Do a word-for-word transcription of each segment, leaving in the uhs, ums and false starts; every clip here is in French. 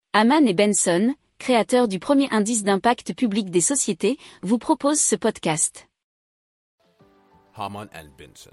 Hamann et Benson, créateurs du premier indice d'impact public des sociétés, vous proposent ce podcast. Hamann and Benson.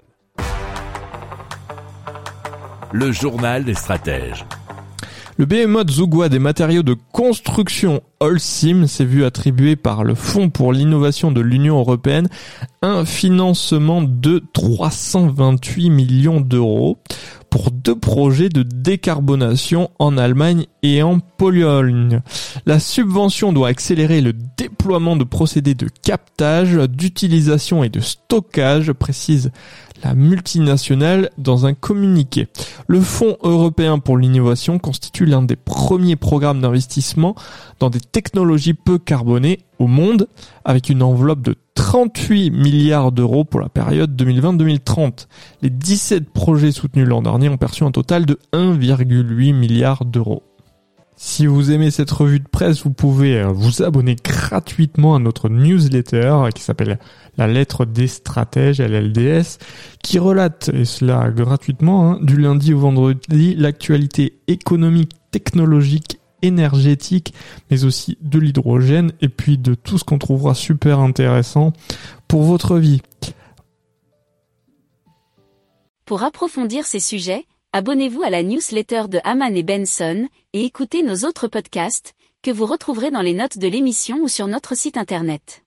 Le journal des stratèges. Le behemoth zougois des matériaux de construction Holcim s'est vu attribuer par le Fonds pour l'innovation de l'Union européenne un financement de trois cent vingt-huit millions d'euros pour deux projets de décarbonation en Allemagne et en Pologne. La subvention doit accélérer le déploiement de procédés de captage, d'utilisation et de stockage, précise la multinationale dans un communiqué. Le Fonds européen pour l'innovation constitue l'un des premiers programmes d'investissement dans des technologies peu carbonées au monde, avec une enveloppe de trente-huit milliards d'euros pour la période deux mille vingt à deux mille trente. Les dix-sept projets soutenus l'an dernier ont perçu un total de un virgule huit milliard d'euros. Si vous aimez cette revue de presse, vous pouvez vous abonner gratuitement à notre newsletter qui s'appelle La Lettre des Stratèges, L L D S, qui relate, et cela gratuitement, hein, du lundi au vendredi, l'actualité économique, technologique, énergétique, mais aussi de l'hydrogène et puis de tout ce qu'on trouvera super intéressant pour votre vie. Pour approfondir ces sujets, abonnez-vous à la newsletter de Hamann et Benson et écoutez nos autres podcasts que vous retrouverez dans les notes de l'émission ou sur notre site internet.